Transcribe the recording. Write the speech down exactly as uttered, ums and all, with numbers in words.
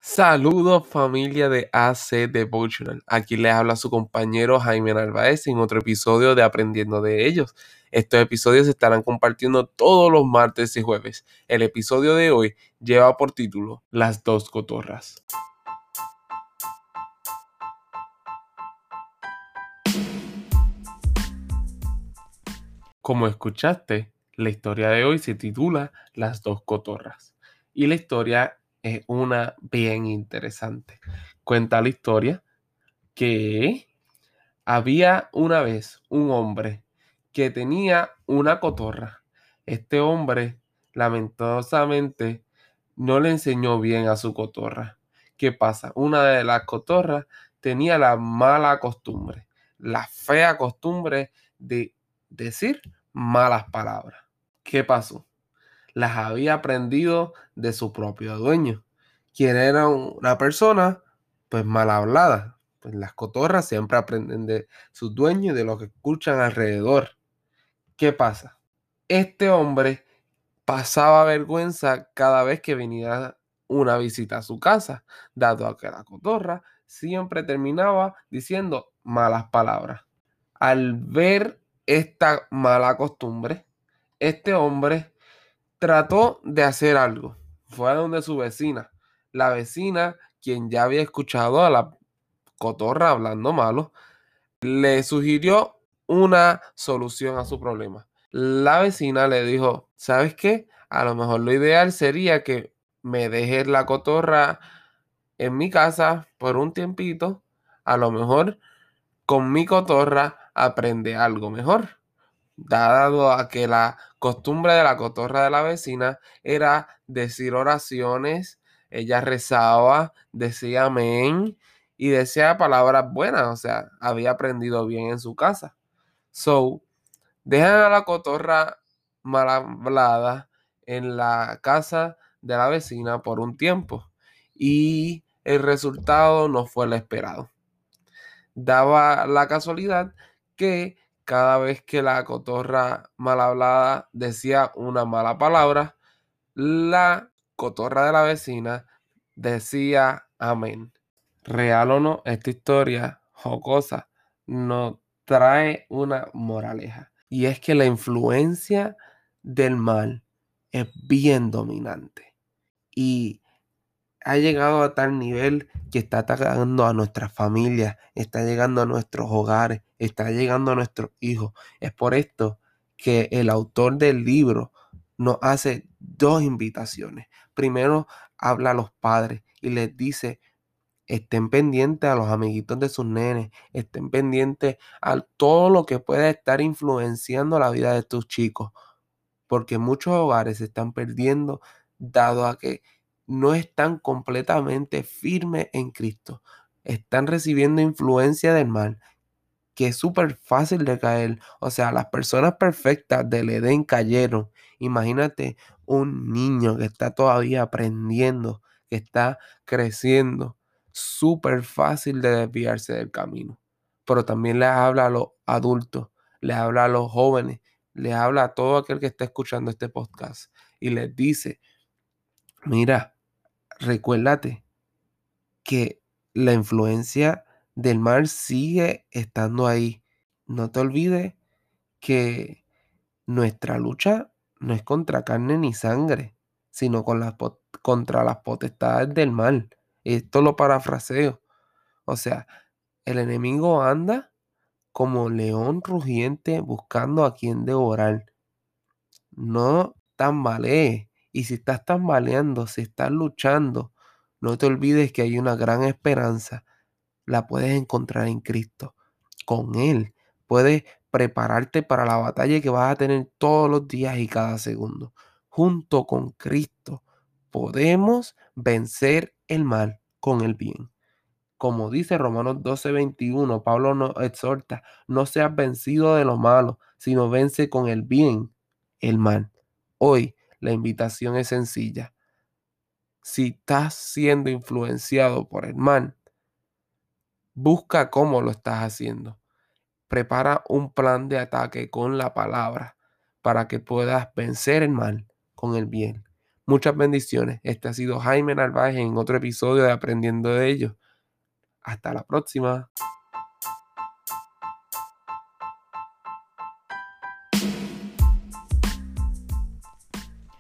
Saludos familia de A C Devotional. Aquí les habla su compañero Jaime Narváez en otro episodio de Aprendiendo de ellos. Estos episodios se estarán compartiendo todos los martes y jueves. El episodio de hoy lleva por título Las dos cotorras. Como escuchaste, la historia de hoy se titula Las dos cotorras. Y la historia es una bien interesante. Cuenta la historia que había una vez un hombre que tenía una cotorra. Este hombre, lamentablemente, no le enseñó bien a su cotorra. ¿Qué pasa? Una de las cotorras tenía la mala costumbre, la fea costumbre de decir malas palabras. ¿Qué pasó? Las había aprendido de su propio dueño, quien era una persona pues mal hablada. Pues las cotorras siempre aprenden de sus dueños y de lo que escuchan alrededor. ¿Qué pasa? Este hombre pasaba vergüenza cada vez que venía una visita a su casa, dado a que la cotorra siempre terminaba diciendo malas palabras. Al ver esta mala costumbre, este hombre trató de hacer algo. Fue a donde su vecina. La vecina, quien ya había escuchado a la cotorra hablando malo, le sugirió una solución a su problema. La vecina le dijo, ¿sabes qué? A lo mejor lo ideal sería que me dejes la cotorra en mi casa por un tiempito. A lo mejor con mi cotorra aprende algo mejor, dado a que la costumbre de la cotorra de la vecina era decir oraciones. Ella rezaba, decía amén y decía palabras buenas, o sea, había aprendido bien en su casa. So, dejan a la cotorra mal hablada en la casa de la vecina por un tiempo y el resultado no fue el esperado. Daba la casualidad que cada vez que la cotorra mal hablada decía una mala palabra, la cotorra de la vecina decía amén. Real o no, esta historia jocosa nos trae una moraleja. Y es que la influencia del mal es bien dominante. Y ha llegado a tal nivel que está atacando a nuestras familias, está llegando a nuestros hogares, está llegando a nuestros hijos. Es por esto que el autor del libro nos hace dos invitaciones. Primero, habla a los padres y les dice, estén pendientes a los amiguitos de sus nenes, estén pendientes a todo lo que pueda estar influenciando la vida de tus chicos, porque muchos hogares se están perdiendo dado a que no están completamente firmes en Cristo. Están recibiendo influencia del mal, que es súper fácil de caer. O sea, las personas perfectas del Edén cayeron. Imagínate un niño que está todavía aprendiendo, que está creciendo. Súper fácil de desviarse del camino. Pero también les habla a los adultos, les habla a los jóvenes, les habla a todo aquel que está escuchando este podcast y les dice, mira, recuérdate que la influencia del mal sigue estando ahí. No te olvides que nuestra lucha no es contra carne ni sangre, sino con las po- contra las potestades del mal. Esto lo parafraseo. O sea, el enemigo anda como león rugiente buscando a quien devorar. No tambalees. Y si estás tambaleando, si estás luchando, no te olvides que hay una gran esperanza. La puedes encontrar en Cristo. Con Él puedes prepararte para la batalla que vas a tener todos los días y cada segundo. Junto con Cristo podemos vencer el mal con el bien. Como dice Romanos doce veintiuno, Pablo nos exhorta, no seas vencido de lo malo, sino vence con el bien el mal. Hoy la invitación es sencilla. Si estás siendo influenciado por el mal, busca cómo lo estás haciendo. Prepara un plan de ataque con la palabra para que puedas vencer el mal con el bien. Muchas bendiciones. Este ha sido Jaime Narváez en otro episodio de Aprendiendo de ellos. Hasta la próxima.